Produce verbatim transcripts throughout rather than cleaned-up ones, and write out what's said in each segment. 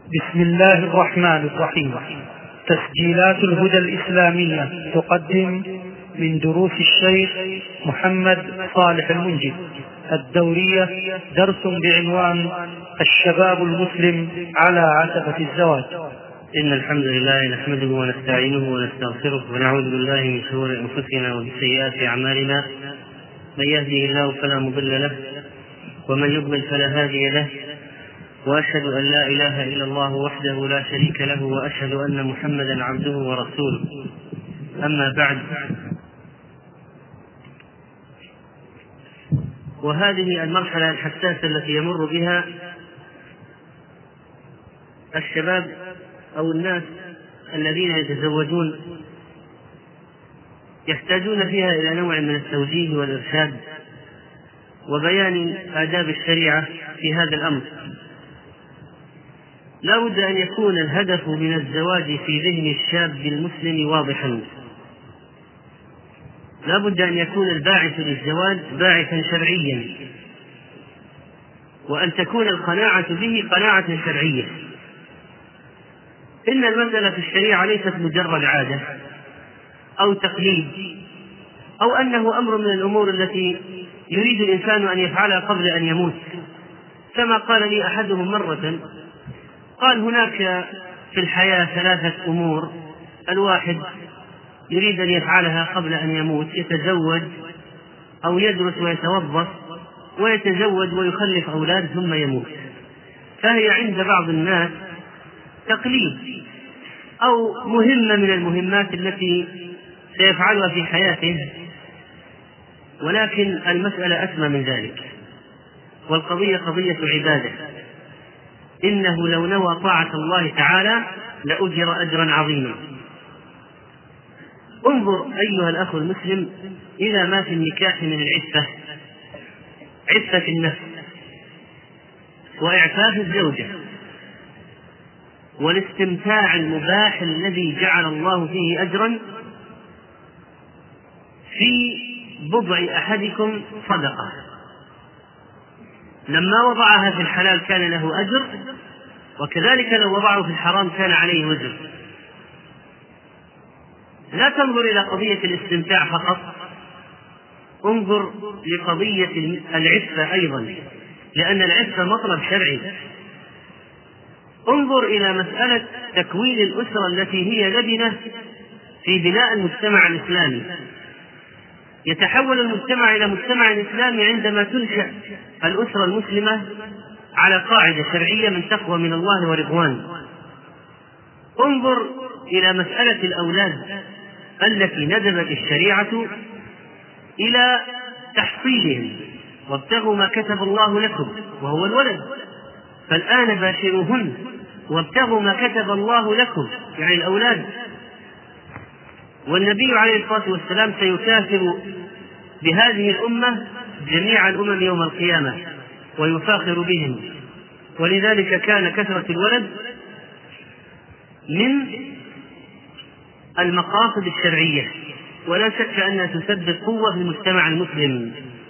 بسم الله الرحمن الرحيم. تسجيلات الهدى الإسلامية تقدم من دروس الشيخ محمد صالح المنجد الدورية درس بعنوان الشباب المسلم على عتبة الزواج. إن الحمد لله نحمده ونستعينه ونستغفره ونعوذ بالله من شرور أنفسنا ومن سيئات أعمالنا، من يهده الله فلا مضل له ومن يضلل فلا هادي له، وأشهد أن لا إله إلا الله وحده لا شريك له، وأشهد أن محمدا عبده ورسوله. أما بعد، وهذه المرحلة الحساسة التي يمر بها الشباب أو الناس الذين يتزوجون يحتاجون فيها إلى نوع من التوجيه والإرشاد وبيان آداب الشريعة في هذا الأمر. لا بد أن يكون الهدف من الزواج في ذهن الشاب المسلم واضحا، لا بد أن يكون الباعث للزواج باعثا شرعيا، وأن تكون القناعة به قناعة شرعية. إن المسألة في الشريعة ليست مجرد عادة أو تقليد أو أنه أمر من الأمور التي يريد الإنسان أن يفعلها قبل أن يموت. كما قال لي أحدهم مرة، قال: هناك في الحياة ثلاثة أمور، الواحد يريد أن يفعلها قبل أن يموت، يتزوج أو يدرس ويتوظف ويتزوج ويخلف أولاد ثم يموت. فهي عند بعض الناس تقليد أو مهمة من المهمات التي سيفعلها في حياته، ولكن المسألة أسمى من ذلك، والقضية قضية عبادة. إنه لو نوى طاعة الله تعالى لأجر أجرا عظيما. انظر أيها الأخ المسلم إلى ما في النكاح من العفة، عفة النفس وإعفاف الزوجة والاستمتاع المباح الذي جعل الله فيه أجرا. في بضع أحدكم صدقة، لما وضعها في الحلال كان له أجر، وكذلك لو وضعه في الحرام كان عليه وزر. لا تنظر إلى قضية الاستمتاع فقط، انظر لقضية العفة أيضا، لأن العفة مطلب شرعي. انظر إلى مسألة تكوين الأسرة التي هي لبنة في بناء المجتمع الإسلامي. يتحول المجتمع إلى مجتمع إسلامي عندما تنشأ الأسرة المسلمة على قاعدة شرعية من تقوى من الله ورضوان. انظر إلى مسألة الأولاد التي ندبت الشريعة إلى تحصيلهم، وابتغوا ما كتب الله لكم وهو الولد، فالآن باشروهن وابتغوا ما كتب الله لكم، يعني الأولاد. والنبي عليه الصلاة والسلام سيكافر بهذه الأمة جميع الأمم يوم القيامة ويفاخر بهم، ولذلك كان كثرة الولد من المقاصد الشرعية، ولا شك أنها تسبب قوة في المجتمع المسلم.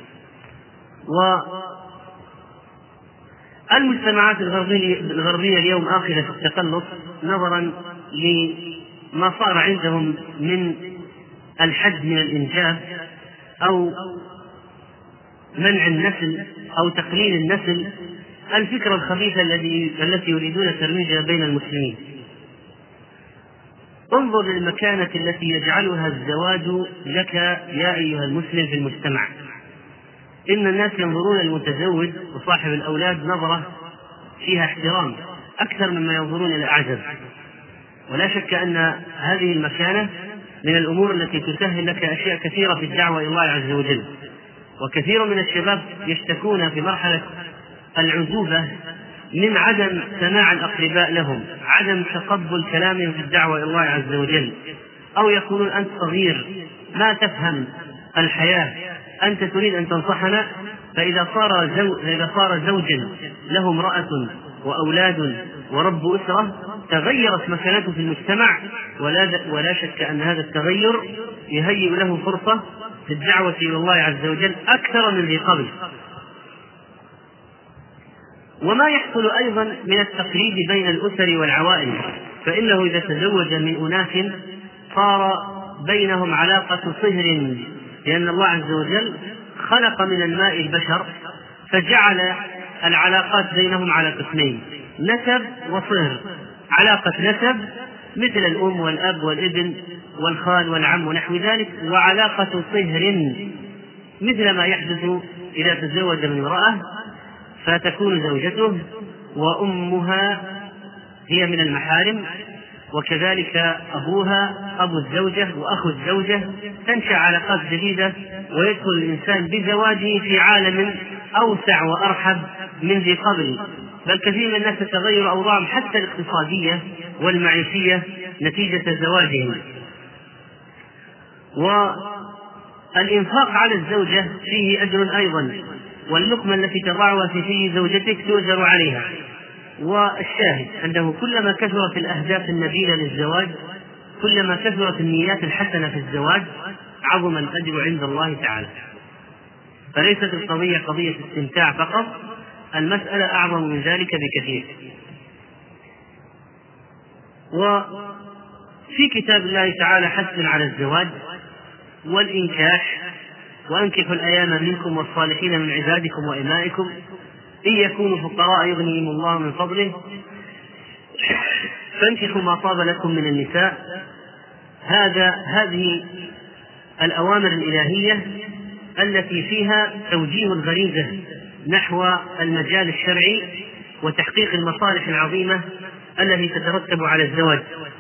والمجتمعات الغربية اليوم آخذة في التقلص نظرا لما صار عندهم من الحد من الإنجاب أو منع النسل أو تقليل النسل، الفكرة الخبيثة التي يريدون ترويجها بين المسلمين. انظر للمكانة التي يجعلها الزواج لك يا أيها المسلم في المجتمع. إن الناس ينظرون للمتزوج وصاحب الأولاد نظرة فيها احترام أكثر مما ينظرون إلى أعزب، ولا شك أن هذه المكانة من الأمور التي تسهل لك أشياء كثيرة في الدعوة إلى الله عز وجل. وكثير من الشباب يشتكون في مرحلة العزوبة من عدم سماع الأقرباء لهم، عدم تقبل كلامهم في الدعوة إلى الله عز وجل، أو يقولون: أنت صغير ما تفهم الحياة، أنت تريد أن تنصحنا. فإذا صار, زو... إذا صار زوجا له امرأة وأولاد ورب أسرة تغيرت مكانته في المجتمع، ولا, ولا شك أن هذا التغير يهيئ له فرصة في الدعوة إلى الله عز وجل أكثر من ذي قبل. وما يحصل أيضا من التقليد بين الأسر والعوائل، فإنه إذا تزوج من أناس صار بينهم علاقة صهر، لأن الله عز وجل خلق من الماء البشر فجعل العلاقات بينهم على قسمين: نسب وصهر. علاقة نسب مثل الأم والأب والابن والخال والعم ونحو ذلك، وعلاقة صهر مثل ما يحدث إذا تزوج من امرأة فتكون زوجته وأمها هي من المحارم، وكذلك أبوها أبو الزوجة وأخو الزوجة، تنشأ علاقات جديدة ويدخل الإنسان بزواجه في عالم أوسع وأرحب من ذي قبل. بل كثير من الناس تتغير أوضاعهم حتى الاقتصادية والمعيشية نتيجة زواجهم. والإنفاق على الزوجة فيه أجر أيضا، واللقمة التي تضعها في في زوجتك تؤجر عليها. والشاهد أنه كلما كثرت الأهداف النبيلة للزواج كلما كثرت النيات الحسنة في الزواج عظم الأجر عند الله تعالى. فليست القضية قضية استمتاع فقط، المسألة أعظم من ذلك بكثير. وفي كتاب الله تعالى حث على الزواج والإنكاح: وأنكحوا الأيام منكم والصالحين من عبادكم وإمائكم إن يكونوا فقراء يغنيهم الله من فضله فانكحوا ما طاب لكم من النساء. هذا هذه الأوامر الإلهية التي فيها توجيه الغريزة نحو المجال الشرعي وتحقيق المصالح العظيمة التي تترتب على الزواج.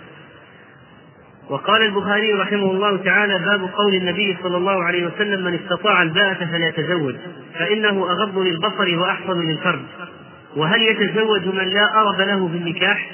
وقال البخاري رحمه الله تعالى: باب قول النبي صلى الله عليه وسلم: من استطاع الباءة فليتزوج فإنه أغض للبصر وأحفظ للفرج. وهل يتزوج من لا أرب له في النكاح؟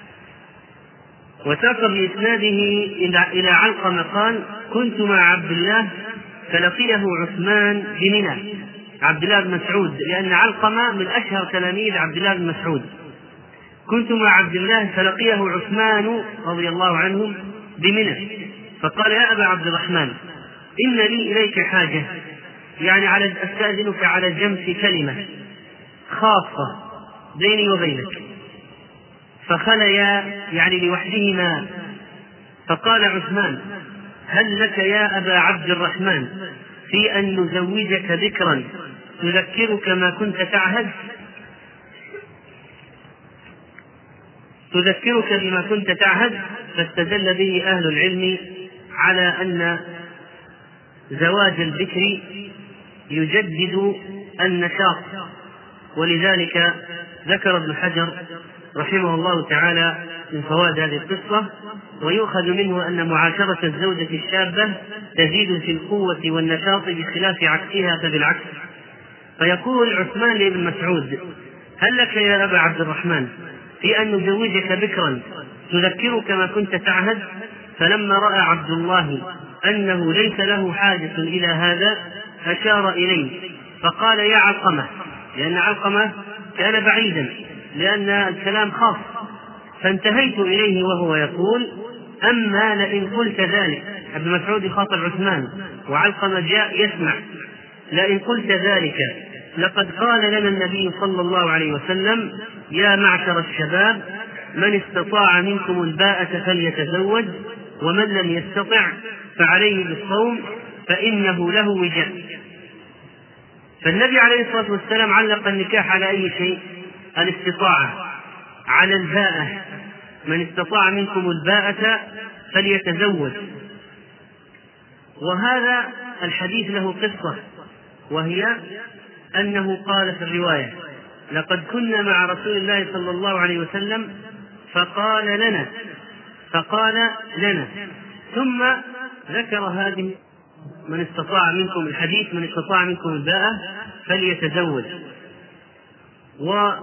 وساق بإسناده إلى علقمة قال: كنت مع عبد الله فلقيه عثمان بمنى. عبد الله بن مسعود، لأن علقمة من أشهر تلاميذ عبد الله بن مسعود. كنت مع عبد الله فلقيه عثمان رضي الله عنه بمنى فقال: يا أبا عبد الرحمن، إن لي إليك حاجة، يعني على أستأذنك على جمس كلمة خاصة بيني وبينك. فخليا يعني لوحدهما. فقال عثمان: هل لك يا أبا عبد الرحمن في أن نزوجك ذكرا تذكرك ما كنت تعهد تذكرك بما كنت تعهد؟ فاستدل به أهل العلم على أن زواج الذكر يجدد النشاط، ولذلك ذكر ابن حجر رحمه الله تعالى من فوائد هذه القصة: ويؤخذ منه أن معاشرة الزوجة الشابة تزيد في القوة والنشاط بخلاف عكسها فبالعكس. فيقول عثمان لابن مسعود: هل لك يا أبا عبد الرحمن في أن نزوجك بكرا تذكرك ما كنت تعهد؟ فلما رأى عبد الله أنه ليس له حاجة إلى هذا أشار إليه فقال: يا علقمة، لأن علقمة كان بعيدا لأن الكلام خاص. فانتهيت إليه وهو يقول: أما لئن قلت ذلك. ابن مسعود يخاطب عثمان وعلقمة جاء يسمع: لئن قلت ذلك لقد قال لنا النبي صلى الله عليه وسلم: يا معشر الشباب من استطاع منكم الباءة فليتزوج ومن لم يستطع فعليه بالصوم فإنه له وجاء. فالنبي عليه الصلاة والسلام علق النكاح على أي شيء؟ الاستطاعة، على الباءة. من استطاع منكم الباءة فليتزوج. وهذا الحديث له قصة، وهي أنه قال في الرواية: لقد كنا مع رسول الله صلى الله عليه وسلم فقال لنا فقال لنا ثم ذكر هذه: من استطاع منكم الحديث من استطاع منكم الباءة فليتزوج. وابن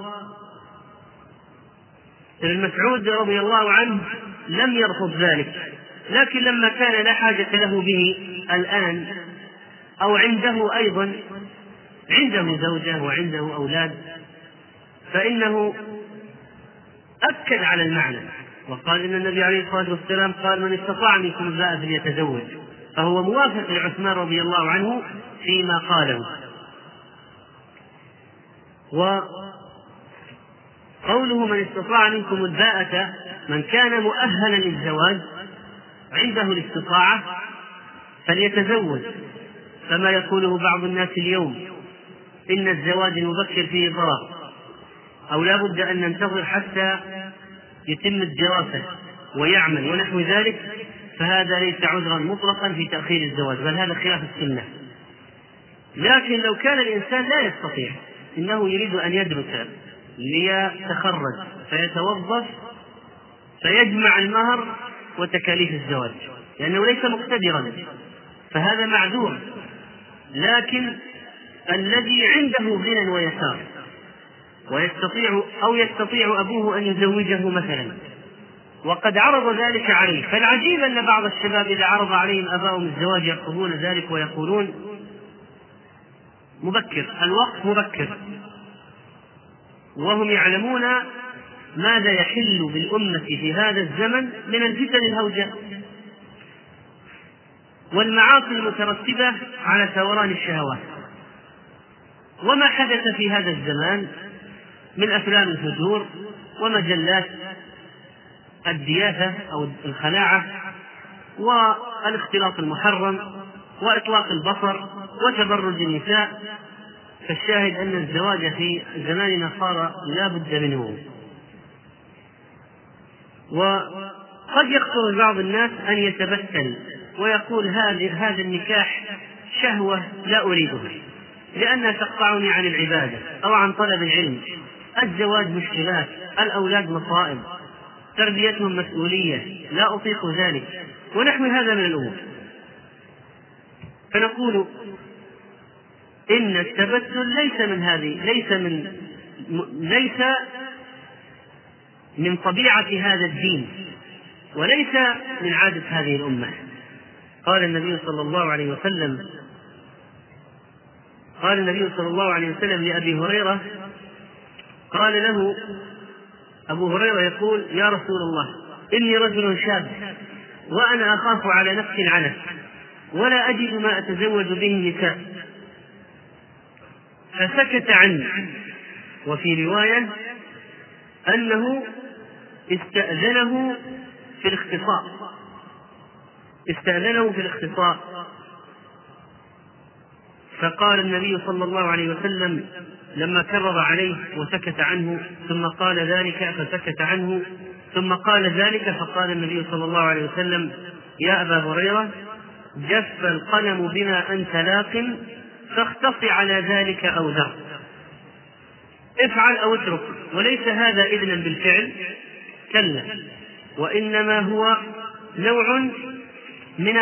مسعود رضي الله عنه لم يرفض ذلك، لكن لما كان لا حاجة له به الآن، أو عنده أيضا عنده زوجة وعنده أولاد، فإنه أكد على المعنى وقال إن النبي عليه الصلاة والسلام قال: من استطاع منكم الباءة فليتزوج. فهو موافق لعثمان رضي الله عنه فيما قاله. قوله من استطاع منكم الباءة، من كان مؤهلا للزواج عنده الاستطاعة فليتزوج، كما يقوله بعض الناس اليوم إن الزواج المبكر فيه ضرر، أو لا بد أن ننتظر حتى يتم الدراسة ويعمل ونحو ذلك، فهذا ليس عذرا مطلقا في تأخير الزواج، بل هذا خلاف السنة. لكن لو كان الإنسان لا يستطيع، إنه يريد أن يدرس ليتخرج فيتوظف فيجمع المهر وتكاليف الزواج لأنه ليس مقتدرا، فهذا معذور. لكن الذي عنده غنى ويسار ويستطيع أو يستطيع أبوه أن يزوجه مثلا وقد عرض ذلك عليه، فالعجيب أن بعض الشباب إذا عرض عليهم أباهم الزواج يرفضون ذلك ويقولون مبكر، الوقت مبكر، وهم يعلمون ماذا يحل بالأمة في هذا الزمن من الفتن الهوجاء والمعاصي المترتبة على ثوران الشهوات، وما حدث في هذا الزمان من أفلام الفجور ومجلات الدياثة أو الخلاعة والاختلاط المحرم وإطلاق البصر وتبرج النساء. فالشاهد أن الزواج في زماننا صار لا بد منه. وقد يخطر بعض الناس أن يتبتل ويقول هذا النكاح شهوة لا أريدها لأنها تقطعني عن العبادة أو عن طلب العلم، الزواج مشكلات، الأولاد مصائب، تربيتهم مسؤولية، لا أطيق ذلك ونحو هذا من الأمور. فنقول إن التبتل ليس من هذه ليس من ليس من طبيعة هذا الدين وليس من عادة هذه الأمة. قال النبي صلى الله عليه وسلم قال النبي صلى الله عليه وسلم لأبي هريرة، قال له أبو هريرة يقول يا رسول الله إني رجل شاب وأنا أخاف على نفسي العنف ولا أجد ما أتزوج به النساء، فسكت عني. وفي رواية أنه استأذنه في الاختصاء استأذنه في الاختصاء فقال النبي صلى الله عليه وسلم لما كرر عليه وسكت عنه ثم قال ذلك فسكت عنه ثم قال ذلك، فقال النبي صلى الله عليه وسلم يا أبا هريرة جف القلم بما أنت لاق فاختص على ذلك أو ذر، افعل أو اترك، وليس هذا إذنا بالفعل كلا، وإنما هو نوع من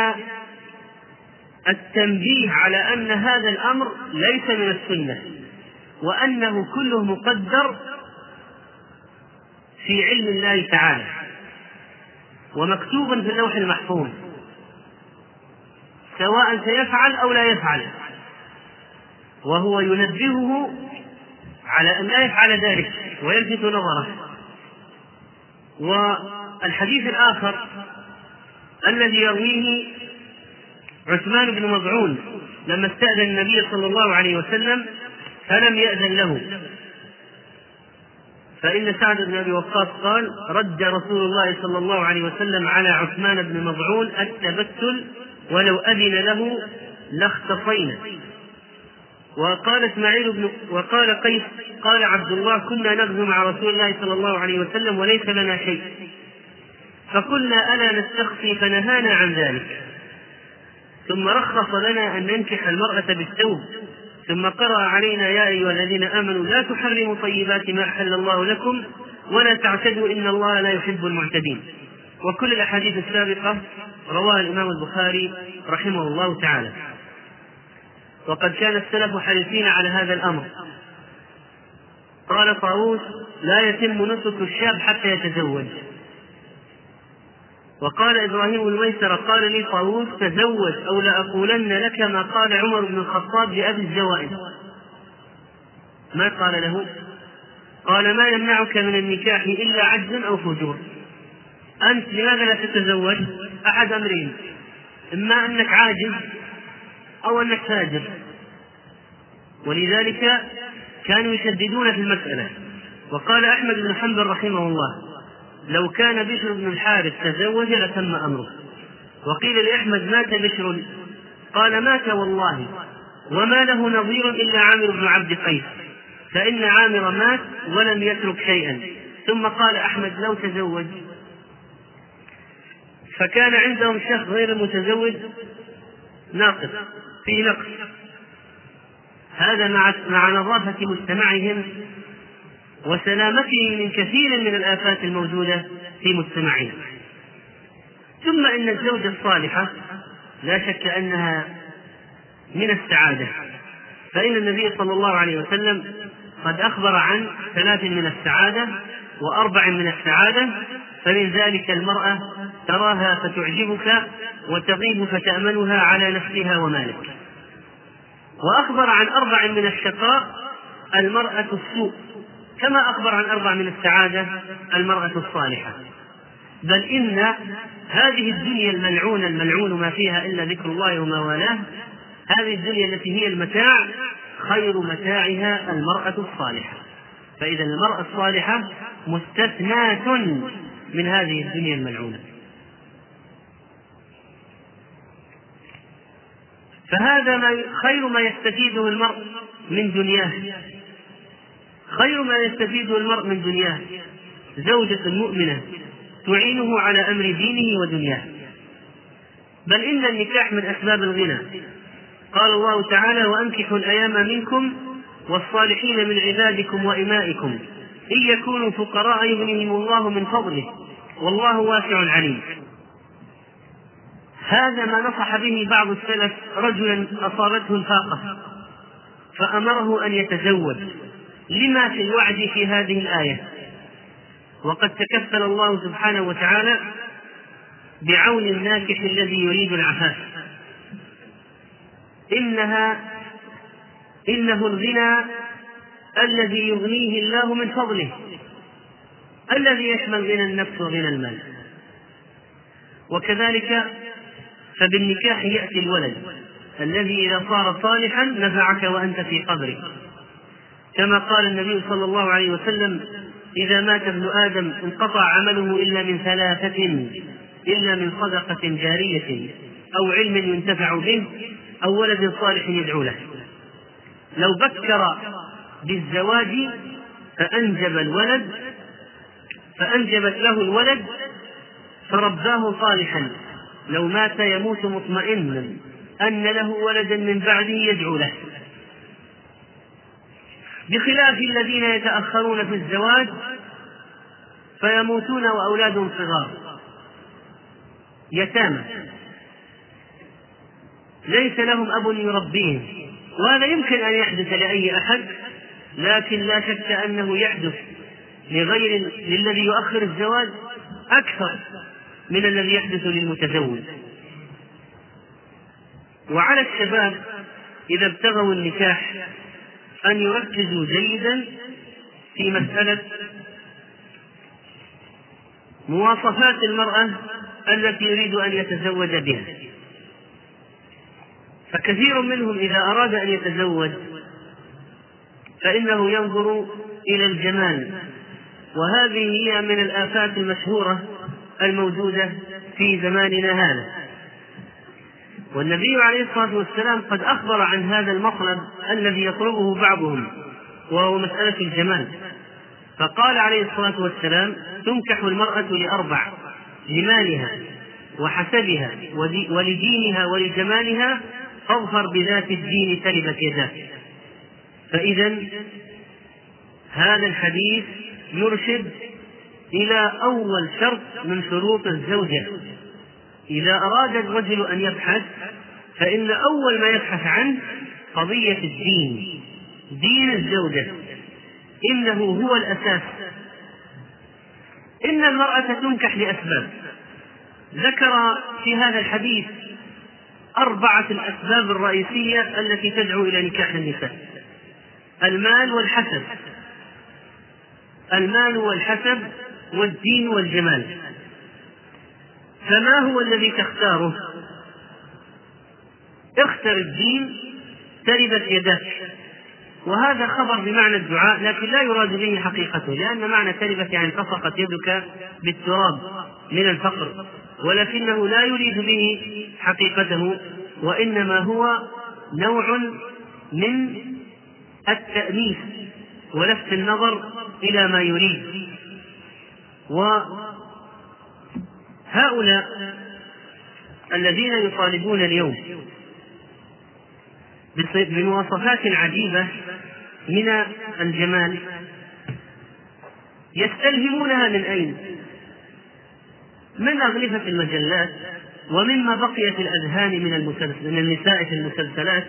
التنبيه على أن هذا الأمر ليس من السنة وأنه كله مقدر في علم الله تعالى ومكتوب في اللوح المحفوظ سواء سيفعل أو لا يفعل، وهو ينبهه على أن لا يفعل ذلك ويلفت نظره. والحديث الآخر الذي يرويه عثمان بن مظعون لما استأذن النبي صلى الله عليه وسلم فلم يأذن له، فإن سعد بن أبي وقاص قال رد رسول الله صلى الله عليه وسلم على عثمان بن مظعون التبتل ولو أذن له لاختصينا. وقال اسماعيل بن وقال قيس قال عبد الله كنا نغزو مع رسول الله صلى الله عليه وسلم وليس لنا شيء فقلنا ألا نستخفي فنهانا عن ذلك، ثم رخص لنا أن ننكح المرأة بالثوب، ثم قرأ علينا يا أيها الذين آمنوا لا تحرموا طيبات ما أحل الله لكم ولا تعتدوا إن الله لا يحب المعتدين. وكل الأحاديث السابقة رواها الإمام البخاري رحمه الله تعالى. وقد كان السلف حريصين على هذا الأمر. قال طاووس لا يتم نسك الشاب حتى يتزوج. وقال إبراهيم الميسر قال لي طاووس تزوج أو لأقولن لك ما قال عمر بن الخطاب لأبي الزوائد. ما قال له؟ قال ما يمنعك من النكاح إلا عجز أو فجور، أنت لماذا لا تتزوج؟ أحد أمرين، إما أنك عاجز أو أنك فاجر. ولذلك كانوا يشددون في المسألة وقال أحمد بن حنبل رحمه الله: لو كان بشر بن الحارث تزوج لتم أمره. وقيل لأحمد: مات بشر؟ قال: مات والله، وما له نظير إلا عامر بن عبد قيس، فإن عامر مات ولم يترك شيئا. ثم قال أحمد: لو تزوج فكان عندهم شخص غير المتزوج ناقص فيه نقص، هذا مع مع نظافة مجتمعهم وسلامته من كثير من الآفات الموجودة في مجتمعنا. ثم إن الزوجة الصالحة لا شك أنها من السعادة، فإن النبي صلى الله عليه وسلم قد أخبر عن ثلاث من السعادة وأربع من السعادة، فمن ذلك المرأة تراها فتعجبك وتغيب فتأمنها على نفسها ومالك. وأخبر عن أربع من الشقاء المرأة السوء، كما أخبر عن أربع من السعادة المرأة الصالحة. بل إن هذه الدنيا الملعونة الملعون ما فيها إلا ذكر الله وما والاه، هذه الدنيا التي هي المتاع خير متاعها المرأة الصالحة. فإذا المرأة الصالحة مستثناة من هذه الدنيا الملعونة. فهذا ما خير ما يستفيده المرء من دنياه، خير ما يستفيده المرء من دنياه زوجة مؤمنة تعينه على أمر دينه ودنياه. بل إن النكاح من أسباب الغنى. قال الله تعالى: وأنكحوا الأيام منكم والصالحين من عبادكم وإمائكم إن يكونوا فقراء يغنيهم الله من فضله والله واسع عليم. هذا ما نصح به بعض السلف رجلا أصابته الفاقة فأمره أن يتزوج، لما في الوعد في هذه الآية. وقد تكفل الله سبحانه وتعالى بعون الناكح الذي يريد العفاف. إنها إنه الغنى الذي يغنيه الله من فضله، الذي يشمل غنى النفس وغنى المال. وكذلك فبالنكاح يأتي الولد الذي إذا صار صالحا نفعك وأنت في قبرك، كما قال النبي صلى الله عليه وسلم: إذا مات ابن آدم انقطع عمله إلا من ثلاثة، إلا من صدقة جارية أو علم ينتفع به أو ولد صالح يدعو له. لو بكر بالزواج فأنجب الولد فأنجبت له الولد فرباه صالحا، لو مات يموت مطمئنا أن له ولدا من بعده يدعو له، بخلاف الذين يتأخرون في الزواج فيموتون وأولادهم صغار يتامى ليس لهم أب يربيهم. وهذا يمكن أن يحدث لأي أحد، لكن لا شك أنه يحدث لغير للذي يؤخر الزواج أكثر من الذي يحدث للمتزوج. وعلى الشباب إذا ابتغوا النكاح أن يركزوا جيدا في مسألة مواصفات المرأة التي يريد أن يتزوج بها. فكثير منهم إذا أراد أن يتزوج فإنه ينظر إلى الجمال، وهذه هي من الآفات المشهورة الموجودة في زماننا هذا. والنبي عليه الصلاة والسلام قد أخبر عن هذا المطلب الذي يطلبه بعضهم، وهو مسألة الجمال. فقال عليه الصلاة والسلام: تنكح المرأة لأربع: لمالها وحسبها ولدينها ولجمالها، فاظفر بذات الدين تربت يداك. فإذا هذا الحديث يرشد إلى أول شرط من شروط الزوجة. إذا أراد الرجل أن يبحث فإن أول ما يبحث عنه قضية الدين، دين الزوجة، إنه هو الأساس. إن المرأة تنكح لأسباب، ذكر في هذا الحديث أربعة الأسباب الرئيسية التي تدعو إلى نكاح النساء: المال والحسب المال والحسب والدين والجمال. فما هو الذي تختاره؟ اختر الدين تربت يداك، وهذا خبر بمعنى الدعاء، لكن لا يراد به حقيقته، لأن معنى تربت يعني التصقت يدك بالتراب من الفقر، ولكنه لا يريد به حقيقته، وإنما هو نوع من التأنيث ولفت النظر إلى ما يريد. وهؤلاء الذين يطالبون اليوم بمواصفات عجيبة من الجمال يستلهمونها من أين؟ من أغلفة المجلات، ومما بقيت الأذهان من, من النساء في المسلسلات،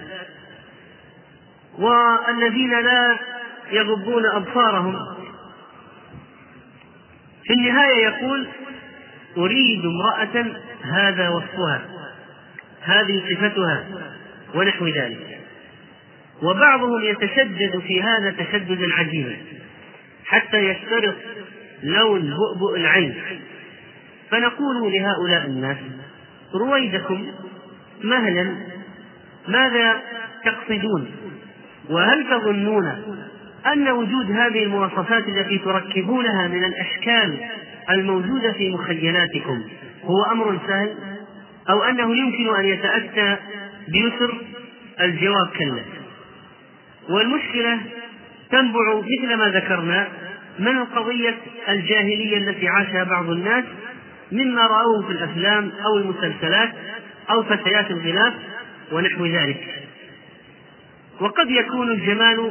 والذين لا يغضون أبصارهم. في النهاية يقول: أريد امرأة هذا وصفها، هذه صفتها، ونحو ذلك. وبعضهم يتشدد في هذا تشددا عجيبا حتى يشترط لون بؤبؤ العين. فنقول لهؤلاء الناس: رويدكم مهلا، ماذا تقصدون؟ وهل تظنون أن وجود هذه المواصفات التي تركبونها من الأشكال الموجودة في مخيلاتكم هو أمر سهل، أو أنه يمكن أن يتأتى بيسر؟ الجواب كلا. والمشكلة تنبع مثل ما ذكرنا من القضية الجاهلية التي عاشها بعض الناس مما رأوه في الأفلام أو المسلسلات أو فتيات الغلاف ونحو ذلك. وقد يكون الجمال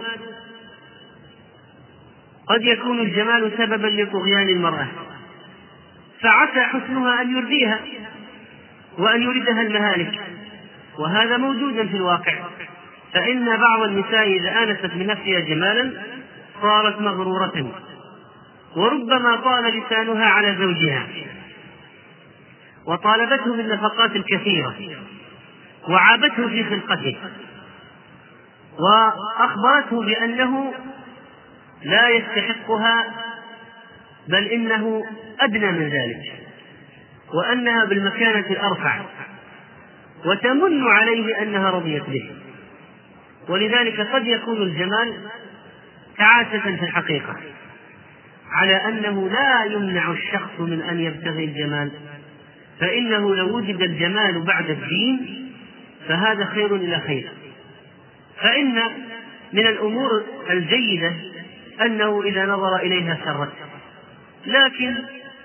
قد يكون الجمال سببا لطغيان المرأة، فعسى حسنها أن يرضيها وأن يردها المهالك، وهذا موجود في الواقع. فإن بعض النساء إذا آنست من نفسها جمالا صارت مغرورة، وربما طال لسانها على زوجها وطالبته بالنفقات الكثيرة وعابته في خلقته وأخبرته بأنه لا يستحقها، بل إنه أدنى من ذلك، وأنها بالمكانة الأرفع، وتمن عليه أنها رضيت به. ولذلك قد يكون الجمال تعاسة في الحقيقة، على أنه لا يمنع الشخص من أن يبتغي الجمال، فإنه لو وجد الجمال بعد الدين فهذا خير إلى خير. فإن من الأمور الجيدة أنه إذا نظر إليها سرت، لكن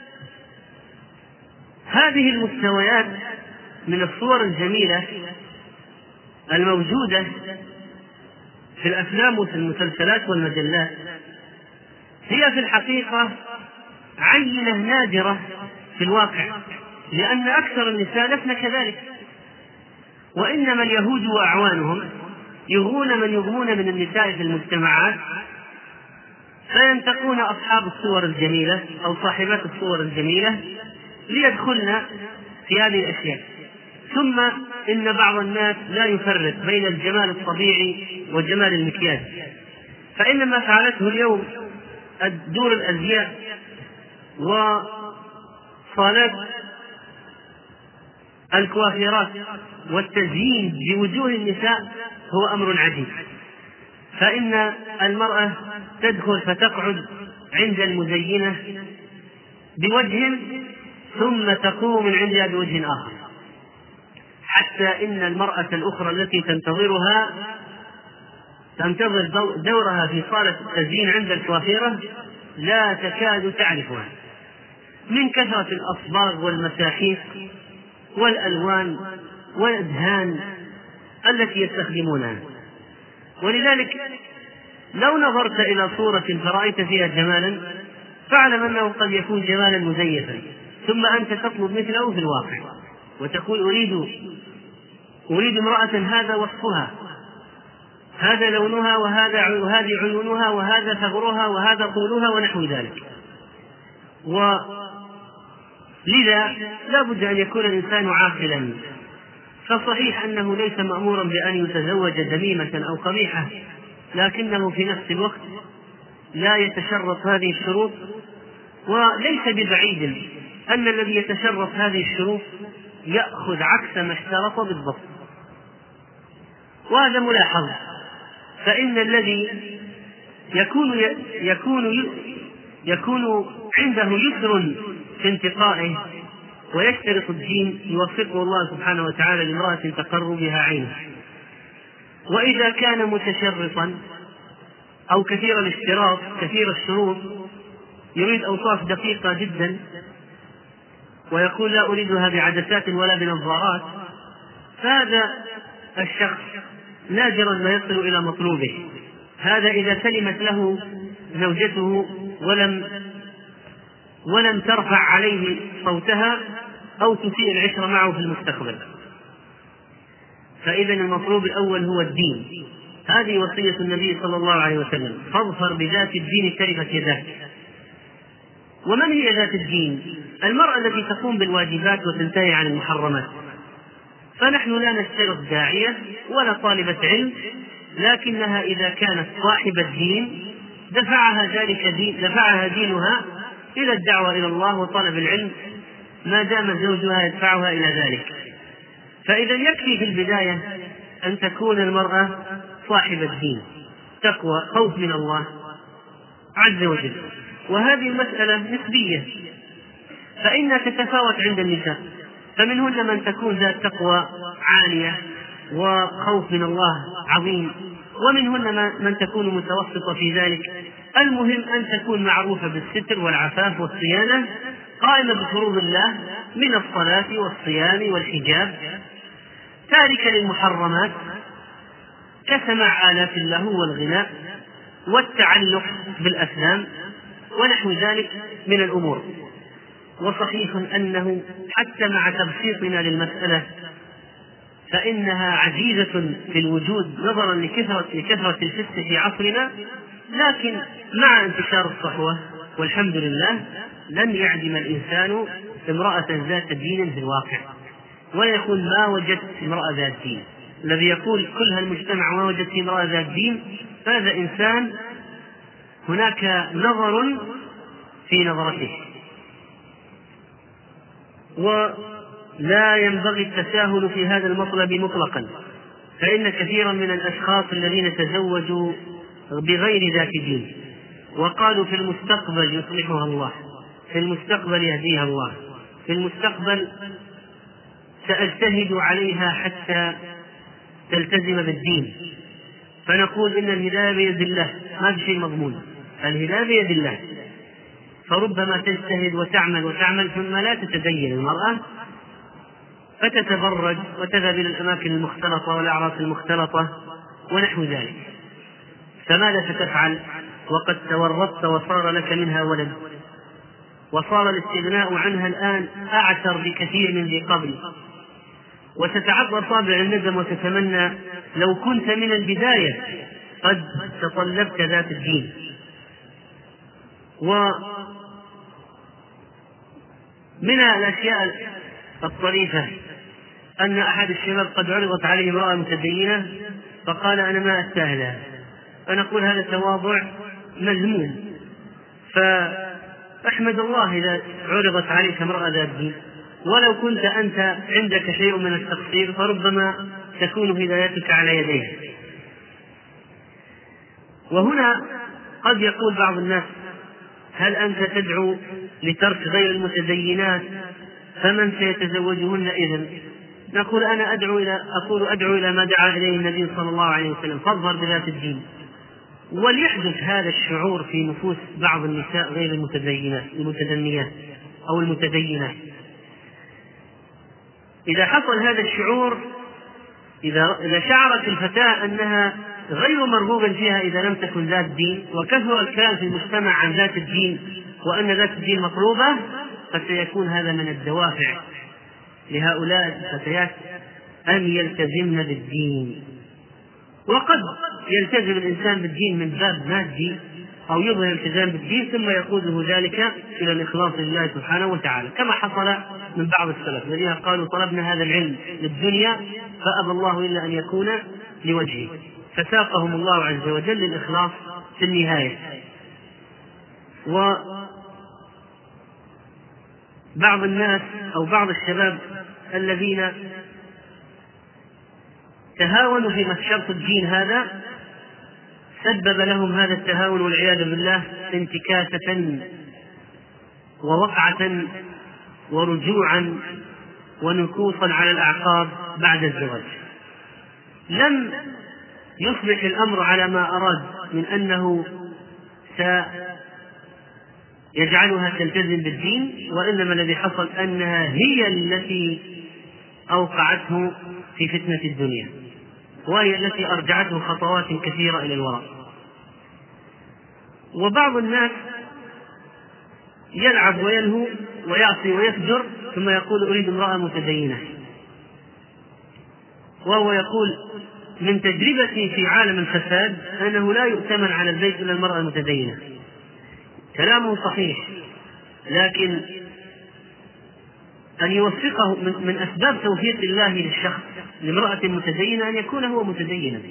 هذه المستويات من الصور الجميلة الموجودة في الأفلام وفي المسلسلات والمجلات هي في الحقيقة عينة نادرة في الواقع، لأن أكثر النساء لسن كذلك، وإنما اليهود وأعوانهم يغون من يغون من النساء في المجتمعات، فينتقون أصحاب الصور الجميلة أو صاحبات الصور الجميلة ليدخلن في هذه الأشياء. ثم إن بعض الناس لا يفرق بين الجمال الطبيعي وجمال المكياج، فإن ما فعلته اليوم دور الأزياء وصالات الكوافيرات والتزيين بوجوه النساء هو أمر عجيب. فإن المرأة تدخل فتقعد عند المزينة بوجه ثم تقوم من عندها بوجه آخر، حتى إن المرأة الأخرى التي تنتظرها تنتظر دورها في صالة التزيين عند الكوافيرة لا تكاد تعرفها من كثرة الأصباغ والمساحيق والألوان والأدهان التي يستخدمونها. ولذلك لو نظرت إلى صورة فرأيت فيها جمالا فاعلم أنه قد يكون جمالا مزيفا، ثم أنت تطلب مثله في الواقع وتقول أريد أريد امرأة هذا وصفها، هذا لونها، وهذا وهذه عيونها، وهذا ثغرها، وهذا طولها، ونحو ذلك. ولذا لا بد أن يكون الإنسان عاقلا. فصحيح أنه ليس مأمورا بأن يتزوج ذميمة أو قبيحة، لكنه في نفس الوقت لا يتشرط هذه الشروط، وليس ببعيد أن الذي يتشرط هذه الشروط يأخذ عكس ما اشترط بالضبط. وهذا ملاحظ، فإن الذي يكون يكون يكون عنده يسر في انتقائه ويشترط الدين يوفقه الله سبحانه وتعالى لامرأة تقر بها عينه. وإذا كان متشرطا أو كثير الاشتراط كثير الشروط يريد أوصاف دقيقة جدا ويقول لا أريدها بعدسات ولا بنظارات، فهذا الشخص نادرا ما يصل إلى مطلوبه. هذا إذا سلمت له زوجته ولم ولم ترفع عليه صوتها أو تسيء العشرة معه في المستقبل. فإذا المطلوب الأول هو الدين. هذه وصية النبي صلى الله عليه وسلم: فاظفر بذات الدين تربت يداك. ومن هي ذات الدين؟ المرأة التي تقوم بالواجبات وتنتهي عن المحرمات. فنحن لا نشترط داعية ولا طالبة علم، لكنها إذا كانت صاحبة الدين دفعها ذلك دين دفعها دينها إلى الدعوة إلى الله وطلب العلم ما دام زوجها يدفعها إلى ذلك. فإذا يكفي في البداية أن تكون المرأة صاحبة الدين، تقوى، خوف من الله عز وجل. وهذه المسألة نسبية، فإنها تتفاوت عند النساء، فمنهن من تكون ذات تقوى عالية وخوف من الله عظيم، ومنهن من تكون متوسطة في ذلك. المهم أن تكون معروفة بالستر والعفاف والصيانة، قائمة بفروض الله من الصلاة والصيام والحجاب، تاركة للمحرمات كسماع آلات اللهو والغناء والتعلق بالأفلام ونحو ذلك من الأمور. وصحيح أنه حتى مع تبسيطنا للمسألة فإنها عزيزة في الوجود نظرا لكثرة, لكثرة الفسق في عصرنا، لكن مع انتشار الصحوة والحمد لله لن يعدم الإنسان امرأة ذات دين في الواقع، ويقول ما وجدت امرأة ذات دين. الذي يقول كلها المجتمع ما وجدت امرأة ذات دين هذا إنسان هناك نظر في نظرته. ولا ينبغي التساهل في هذا المطلب مطلقا، فإن كثيرا من الأشخاص الذين تزوجوا بغير ذات دين وقالوا في المستقبل يصلحها الله، في المستقبل يهديها الله، في المستقبل سأجتهد عليها حتى تلتزم بالدين، فنقول إن الهداية بيد الله، ما في شيء مضمون، الهداية بيد الله. فربما تجتهد وتعمل وتعمل ثم لا تتدين المرأة فتتبرج وتذهب إلى الأماكن المختلطة والأعراس المختلطة ونحو ذلك. فماذا ستفعل وقد تورطت وصار لك منها ولد، وصار الاستغناء عنها الآن أعسر بكثير من ذي قبل، وتتعض أصابع الندم وتتمنى لو كنت من البداية قد تطلبت ذات الدين. ومن الأشياء الطريفة أن أحد الشباب قد عرضت عليه امرأة متدينة فقال أنا ما أستاهلها، فنقول هذا تواضع مذموم، فأحمد الله إذا عرضت عليك امرأة ذات دين، ولو كنت أنت عندك شيء من التقصير فربما تكون هدايتك على يديه. وهنا قد يقول بعض الناس هل أنت تدعو لترك غير المتدينات فمن سيتزوجهن إذن؟ نقول أنا أدعو إلى أقول أدعو إلى ما دعا إليه النبي صلى الله عليه وسلم: فاظفر بذات الدين. وليحدث هذا الشعور في نفوس بعض النساء غير المتدينات المتدنيات أو المتدينات. إذا حصل هذا الشعور، إذا إذا شعرت الفتاة أنها غير مرغوبا فيها إذا لم تكن ذات دين، وكثر الكلام في المجتمع عن ذات الدين وأن ذات الدين مطلوبة، فسيكون هذا من الدوافع لهؤلاء الفتيات أن يلتزمن بالدين. وقد يلتزم الإنسان بالدين من باب مادي أو يظهر الالتزام بالدين ثم يقوده ذلك إلى الإخلاص لله سبحانه وتعالى، كما حصل من بعض السلف الذين قالوا طلبنا هذا العلم للدنيا فأبى الله إلا أن يكون لوجهه، فساقهم الله عز وجل للإخلاص في النهاية. وبعض الناس أو بعض الشباب الذين تهاونوا في مشرط الدين هذا سبب لهم هذا التهاون والعياذ بالله انتكاسة ووقعة ورجوعا ونكوصا على الأعقاب بعد الزواج. لم يصبح الأمر على ما أراد من أنه سيجعلها تلتزم بالدين، وإنما الذي حصل أنها هي التي أوقعته في فتنة الدنيا، وهي التي أرجعته خطوات كثيرة إلى الوراء. وبعض الناس يلعب ويلهو ويعصي ويفجر ثم يقول أريد امرأة متدينة، وهو يقول من تجربتي في عالم الفساد أنه لا يؤتمن على البيت إلا المرأة المتدينة. كلامه صحيح، لكن أن يوفقه من أسباب توفيق الله للشخص لامرأة متدينة أن يكون هو متدينا.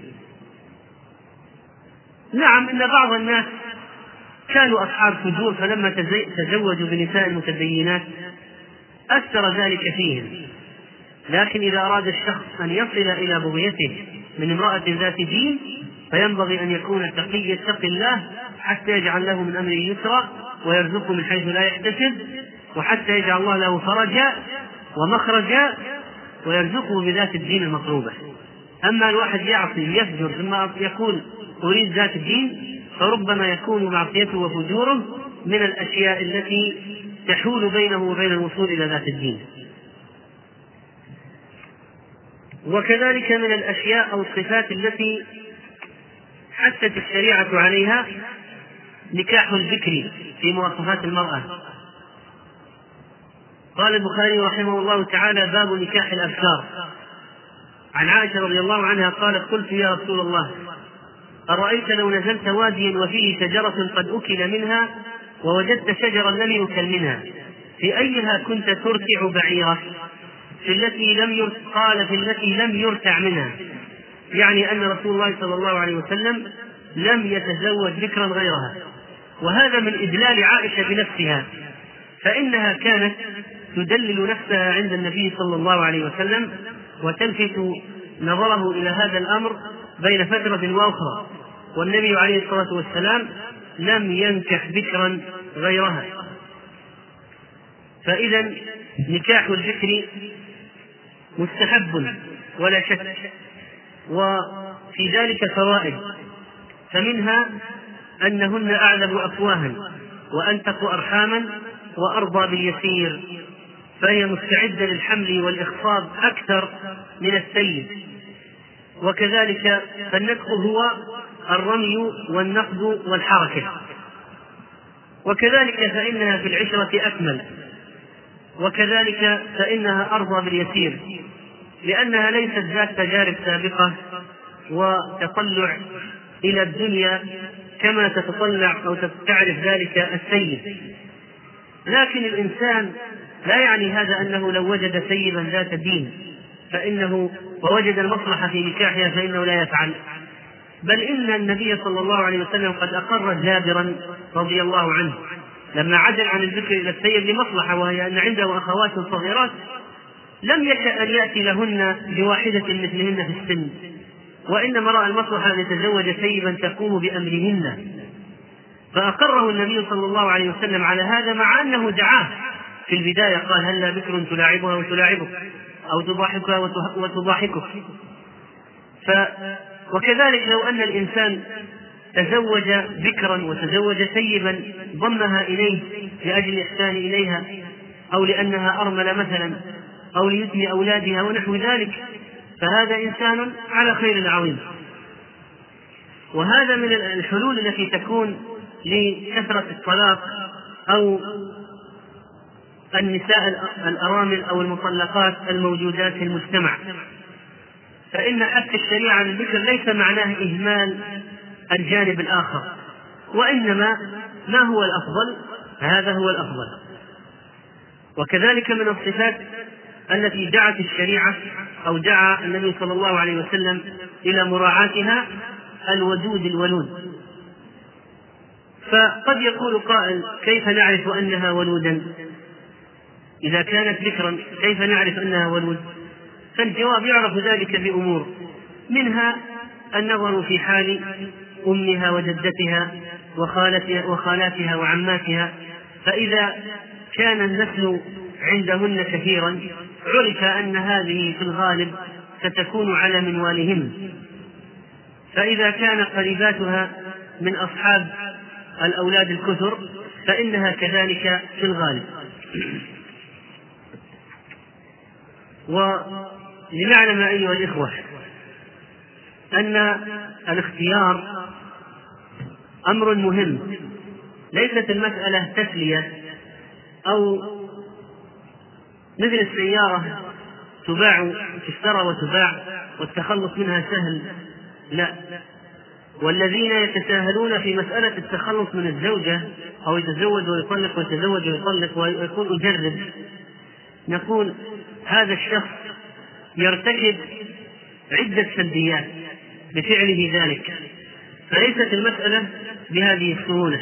نعم، إن بعض الناس كانوا أصحاب فجور فلما تزوجوا بنساء متدينات أثر ذلك فيهم، لكن إذا أراد الشخص أن يصل إلى بغيته من امرأة ذات دين فينبغي أن يكون تقي يتقي الله حتى يجعل له من أمره يسرا ويرزقه من حيث لا يحتسب، وحتى يجعل الله له فرجا ومخرجا ويرزقه بذات الدين المطلوبة. أما الواحد يعصي يفجر ثم يقول أريد ذات الدين، فربما يكون معصيته وفجوره من الأشياء التي تحول بينه وبين الوصول إلى ذات الدين. وكذلك من الأشياء أو الصفات التي حثت الشريعة عليها نكاح البكر في مواصفات المرأة. قال البخاري رحمه الله تعالى: باب نكاح الأبكار. عن عائشة رضي الله عنها قالت: قلت يا رسول الله أرأيت لو نزلت واديا وفيه شجرة قد أكل منها ووجدت شجرا لم يؤكل منها، في أيها كنت ترتع بعيرة؟ في التي لم يرتع قال: في التي لم يرتع منها، يعني أن رسول الله صلى الله عليه وسلم لم يتزوج ذكرا غيرها. وهذا من إدلال عائشة بنفسها، فإنها كانت تدلل نفسها عند النبي صلى الله عليه وسلم وتلفت نظره إلى هذا الأمر بين فترة وأخرى، والنبي عليه الصلاة والسلام لم ينكح بكرا غيرها. فإذا نكاح البكر مستحب ولا شك، وفي ذلك فوائد، فمنها أنهن أعلم أفواها وأنتق أرحاما وأرضى باليسير، فهي مستعدة للحمل والإخصاب أكثر من السيد. وكذلك فالنكح هو الرمي والنقد والحركة. وكذلك فإنها في العشرة أكمل، وكذلك فإنها أرضى باليسير لأنها ليست ذات تجارب سابقة وتطلع إلى الدنيا كما تتطلع أو تعرف ذلك السيد. لكن الإنسان لا يعني هذا أنه لو وجد سيدا ذات دين فإنه ووجد المصلحة في نكاحها فإنه لا يفعل، بل إن النبي صلى الله عليه وسلم قد أقر جابرا رضي الله عنه لما عدل عن الذكر إلى السيد لمصلحة، وهي أن عنده أخوات صغيرات لم يشأ أن يأتي لهن بواحدة مثلهن في السن، وإنما رأى المصلحة أن يتزوج سيبا تقوم بأمرهن، فأقره النبي صلى الله عليه وسلم على هذا، مع أنه دعاه في البداية قال: هلا بكر تلاعبها وتلاعبك أو تضاحكها وتضاحكك. ف... وكذلك لو أن الإنسان تزوج بكرا وتزوج سيبا ضمها إليه لأجل إحسان إليها أو لأنها أرملة مثلا أو ليتم أولادها ونحو ذلك، فهذا إنسان على خير عظيم. وهذا من الحلول التي تكون لكثرة الطلاق أو النساء الأرامل أو المطلقات الموجودات في المجتمع، فإن حث الشريعة للذكر ليس معناه إهمال الجانب الآخر، وإنما ما هو الأفضل هذا هو الأفضل. وكذلك من الصفات التي دعت الشريعة أو دعا النبي صلى الله عليه وسلم إلى مراعاتها الودود الولود. فقد يقول قائل: كيف نعرف أنها ولودا؟ إذا كانت ذكرا كيف نعرف أنها ولود؟ فالجواب: يعرف ذلك بأمور، منها النظر في حال أمها وجدتها وخالاتها وعماتها. فإذا كان النسل عندهن كثيرا عرف أن هذه في الغالب ستكون على منوالهن. فإذا كان قريباتها من أصحاب الأولاد الكثر فإنها كذلك في الغالب. ولنعلم أيها الإخوة أن الاختيار أمر مهم، ليست المسألة تسلية أو مثل السيارة تباع تشترى وتباع والتخلص منها سهل، لا. والذين يتساهلون في مسألة التخلص من الزوجة أو يتزوج ويطلق ويتزوج ويطلق ويكون أجرب، نقول هذا الشخص يرتكب عدة سلبيات بفعله ذلك، فليست المسألة بهذه السهولة.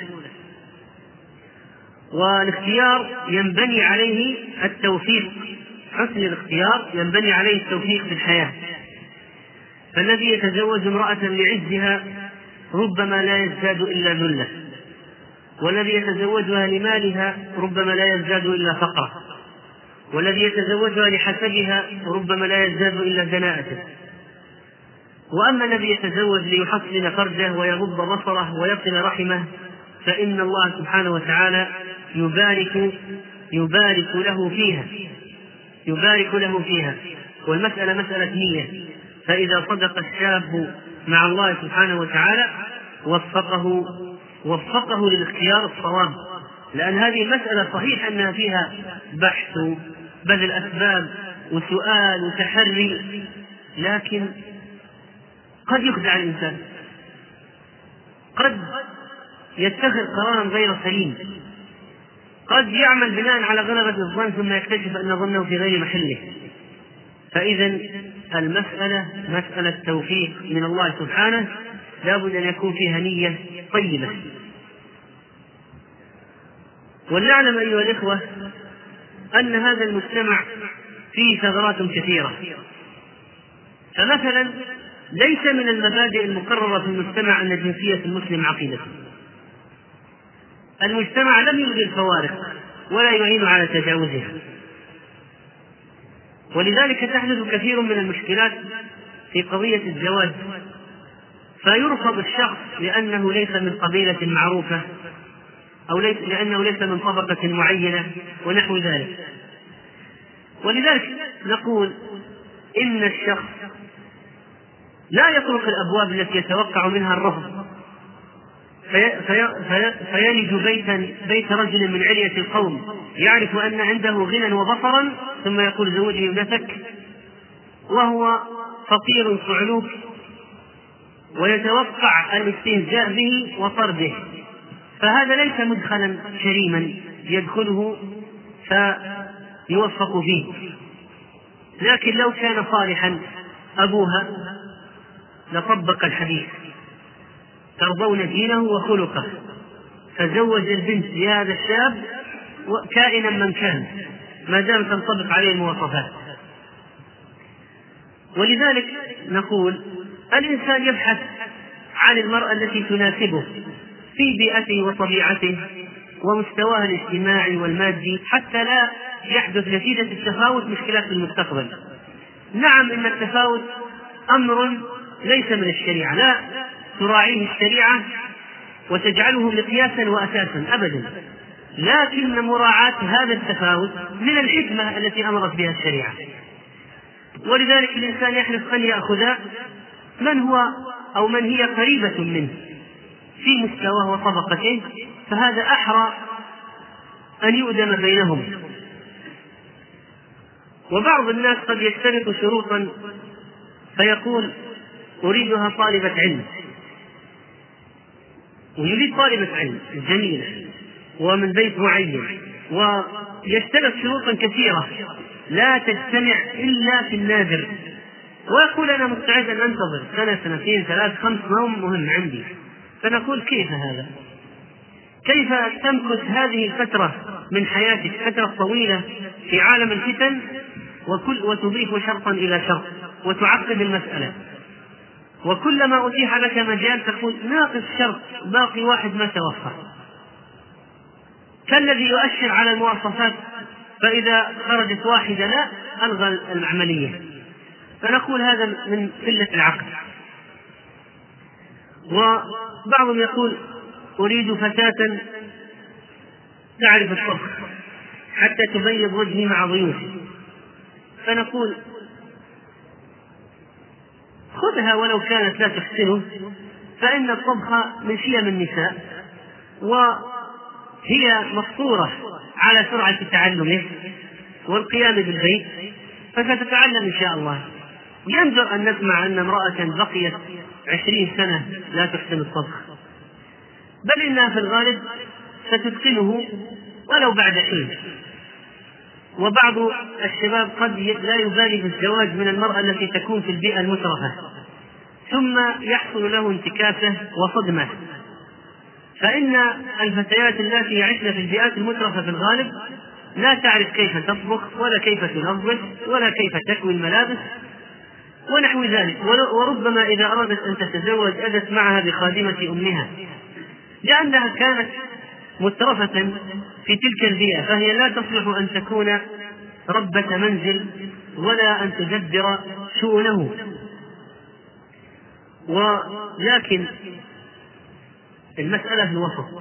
والاختيار ينبني عليه التوفيق، حسن الاختيار ينبني عليه التوفيق في الحياة. فالذي يتزوج امرأة لعزها ربما لا يزداد إلا ذلة، والذي يتزوجها لمالها ربما لا يزداد إلا فقرا، والذي يتزوجها لحسبها ربما لا يزداد إلا دناءة. وأما الذي يتزوج ليحصن فرجه ويغض بصره ويصل رحمه فإن الله سبحانه وتعالى يبارك يبارك له فيها يبارك له فيها والمسألة مسألة نية. فإذا صدق الشاب مع الله سبحانه وتعالى وفقه وفقه للاختيار الصواب، لأن هذه المسألة صحيح أنها فيها بحث بذل أسباب وسؤال وتحري، لكن قد يخدع الإنسان، قد يتخذ قرارا غير سليم، قد يعمل بناء على غلبة الظن ثم يكتشف أن ظنه في غير محله. فإذا المسألة مسألة توفيق من الله سبحانه، لا بد أن يكون فيها نية طيبة. ولنعلم أيها الإخوة أن هذا المجتمع فيه ثغرات كثيرة. فمثلا ليس من المبادئ المقررة في المجتمع أن جنسية المسلم عقيدة. المجتمع لم يلغي الفوارق ولا يعين على تجاوزها، ولذلك تحدث كثير من المشكلات في قضية الزواج، فيرفض الشخص لأنه ليس من قبيلة معروفة أو ليس لأنه ليس من طبقة معينة ونحو ذلك. ولذلك نقول إن الشخص لا يطرق الأبواب التي يتوقع منها الرفض في في في فيلج بيتا بيت رجل من علية القوم يعرف أن عنده غنى وبصرا ثم يقول زوجه ابنتك، وهو فقير صعلوك ويتوقع الاستهزاء به وطرده. فهذا ليس مدخلا كريما يدخله فيوفق فيه. لكن لو كان صالحا أبوها لطبق الحديث: ترضون دينه وخلقه، فزوج البنت لهذا الشاب كائنا من كان ما دام تنطبق عليه المواصفات. ولذلك نقول الإنسان يبحث عن المرأة التي تناسبه في بيئته وطبيعته ومستواه الاجتماعي والمادي، حتى لا يحدث نتيجة التفاوت مشكلات في المستقبل. نعم، إن التفاوت أمر ليس من الشريعة، لا تراعيه الشريعة وتجعله مقياسا وأساسا أبدا، لكن مراعاة هذا التفاوت من الحكمة التي أمرت بها الشريعة. ولذلك الإنسان يحرص أن يأخذ من هو أو من هي قريبة منه في مستواه وطبقته، فهذا أحرى أن يؤدم بينهم. وبعض الناس قد يشترط شروطا فيقول أريدها طالبة علم، ويريد طالبة علم جميلة ومن بيت معين، ويشترط شروطا كثيرة لا تجتمع إلا في النادر، ويقول أنا مستعد أن أنتظر سنة سنتين ثلاث خمس، ما هو مهم عندي. فنقول كيف هذا؟ كيف تمكث هذه الفترة من حياتك، فترة طويلة في عالم الفتن، وكل وتضيف شرطا إلى شرط وتعقد المسألة؟ وكلما أتيح لك مجال تقول ناقص شرط باقي واحد ما توفر، كالذي يؤشر على المواصفات فإذا خرجت واحدة لا ألغى العملية. فنقول هذا من قلة العقل. وبعضهم يقول أريد فتاة تعرف الطبخ حتى تبيض وجهي مع ضيوفي، فنقول خذها ولو كانت لا تحسنه، فإن الطبخ من شيم النساء وهي مفطورة على سرعة تعلمه والقيام بالبيت، فستتعلم إن شاء الله. يندر أن نسمع أن امرأة بقيت عشرين سنة لا تحسن الطبخ، بل إنها في الغالب ستتقنه ولو بعد حين. وبعض الشباب قد لا يبالي بالزواج من المرأة التي تكون في البيئة المترفة، ثم يحصل له انتكاسة وصدمة. فإن الفتيات التي يعيشن في البيئات المترفة في الغالب لا تعرف كيف تطبخ ولا كيف تنظف ولا كيف تكوي الملابس ونحو ذلك. وربما إذا أرادت أن تتزوج أتت معها بخادمة أمها، لأنها كانت مترفة في تلك البيئة، فهي لا تصلح أن تكون ربة منزل ولا أن تدبر شؤونه. ولكن المسألة في الوسط،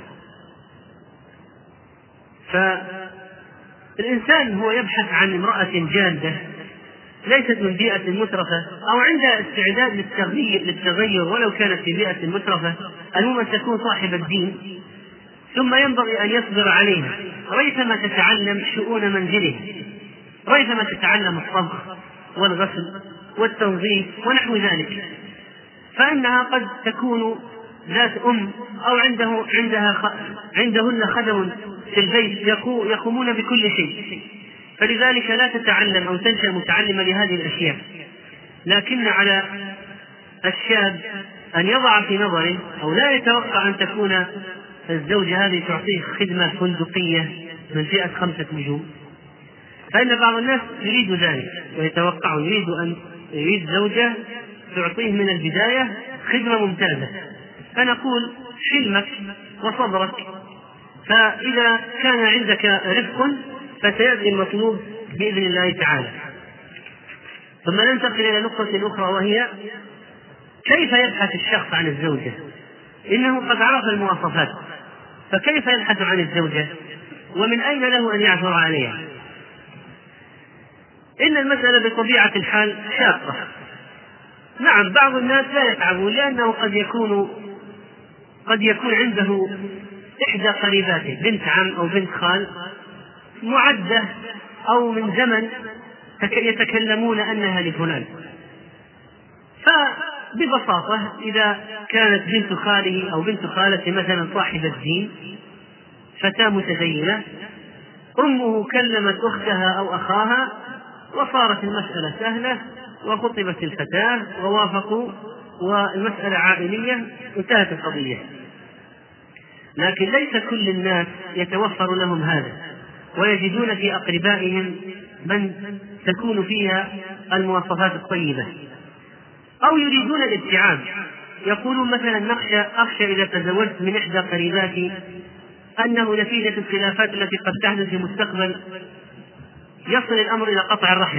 فالإنسان هو يبحث عن امرأة جادة ليست من بيئة مترفة أو عندها استعداد للتغيير, للتغير ولو كانت في بيئة مترفة، المهم أن تكون صاحب الدين، ثم ينبغي أن يصبر عليها ريثما تتعلم شؤون منزله، ريثما تتعلم الطبخ والغسل والتنظيف ونحو ذلك، فإنها قد تكون ذات أم أو عنده عندها عندهن خدم في البيت يقومون بكل شيء، فلذلك لا تتعلم أو تنشأ متعلمة لهذه الأشياء. لكن على الشاب أن يضع في نظره أو لا يتوقع أن تكون الزوجة هذه تعطيه خدمة فندقية من فئة خمسة نجوم، فإن بعض الناس يريد ذلك ويتوقع يريد أن يريد زوجة تعطيه من البداية خدمة ممتازة. فنقول حلمك وصبرك، فإذا كان عندك رفق فسيأتي المطلوب بإذن الله تعالى. ثم ننتقل إلى نقطة أخرى، وهي كيف يبحث الشخص عن الزوجة؟ إنه قد عرف المواصفات، فكيف يبحث عن الزوجة ومن أين له أن يعثر عليها؟ إن المسألة بطبيعة الحال شاقة. نعم، بعض الناس لا يتعبون لأنه قد يكون قد يكون عنده إحدى قريباته بنت عم أو بنت خال معدة أو من زمن يتكلمون أنها لفلان، فببساطة إذا كانت بنت خاله أو بنت خالته مثلا صاحبة الدين فتاة متدينة، أمه كلمت أختها أو أخاها وصارت المسألة سهلة وخطبت الفتاة ووافقوا والمسألة عائلية انتهت القضية. لكن ليس كل الناس يتوفر لهم هذا، ويجدون في أقربائهم من تكون فيها المواصفات الطيبة، أو يريدون الابتعاد، يقولون مثلا نخشى أخشى إذا تزوجت من إحدى قريباتي أنه نتيجة الخلافات التي قد تحدث في المستقبل يصل الأمر إلى قطع الرحم،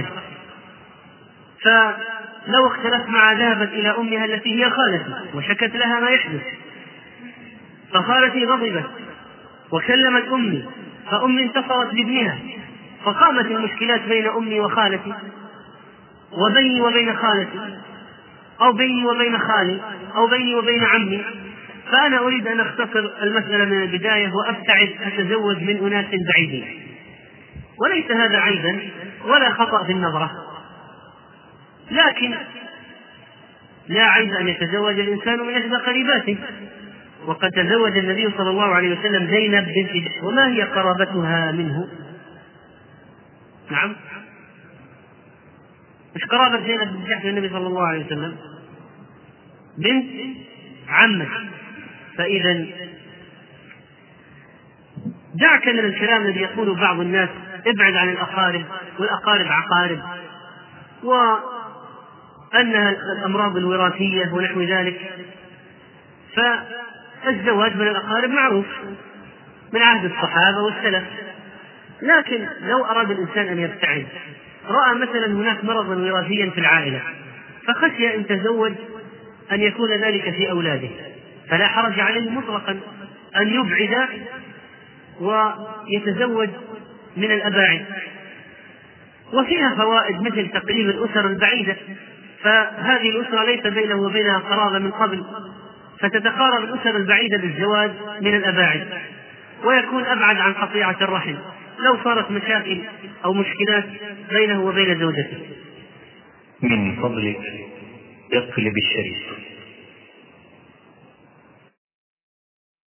فلو اختلفت مع ذهبت إلى أمها التي هي خالتي وشكت لها ما يحدث، فخالتي غضبت وكلمت أمي، فأمي انتصرت بابنها، فقامت المشكلات بين أمي وخالتي وبيني وبين خالتي أو بيني وبين خالي أو بيني وبين عمي. فأنا أريد أن أختصر المسألة من البداية وأبتعد أتزوج من أناس بعيدين، وليس هذا عيبا ولا خطأ في النظرة، لكن لا عيب أن يتزوج الإنسان من إحدى قريباته. وقد تزوج النبي صلى الله عليه وسلم زينب بنت جحش، وما هي قرابتها منه؟ نعم، مش قرابة زينب بنت جحش النبي صلى الله عليه وسلم؟ بنت عمه. فإذا دعك من الكلام الذي يقوله بعض الناس ابعد عن الأقارب والأقارب عقارب، أنها الأمراض الوراثية ونحو ذلك. فالزواج من الأقارب معروف من عهد الصحابة والسلف. لكن لو أراد الإنسان أن يبتعد، رأى مثلا هناك مرضا وراثيا في العائلة فخشي إن تزوج أن يكون ذلك في أولاده، فلا حرج عليه مطلقا أن يبعد ويتزوج من الأباعد. وفيها فوائد مثل تقريب الأسر البعيدة، فهذه الأسرة ليس بينه وبينها قرابة من قبل، فتتقارب الأسر البعيدة بالزواج من الأباعد، ويكون أبعد عن قطيعة الرحم لو صارت مشاكل أو مشكلات بينه وبين زوجته. من فضلك اقلب الشريط.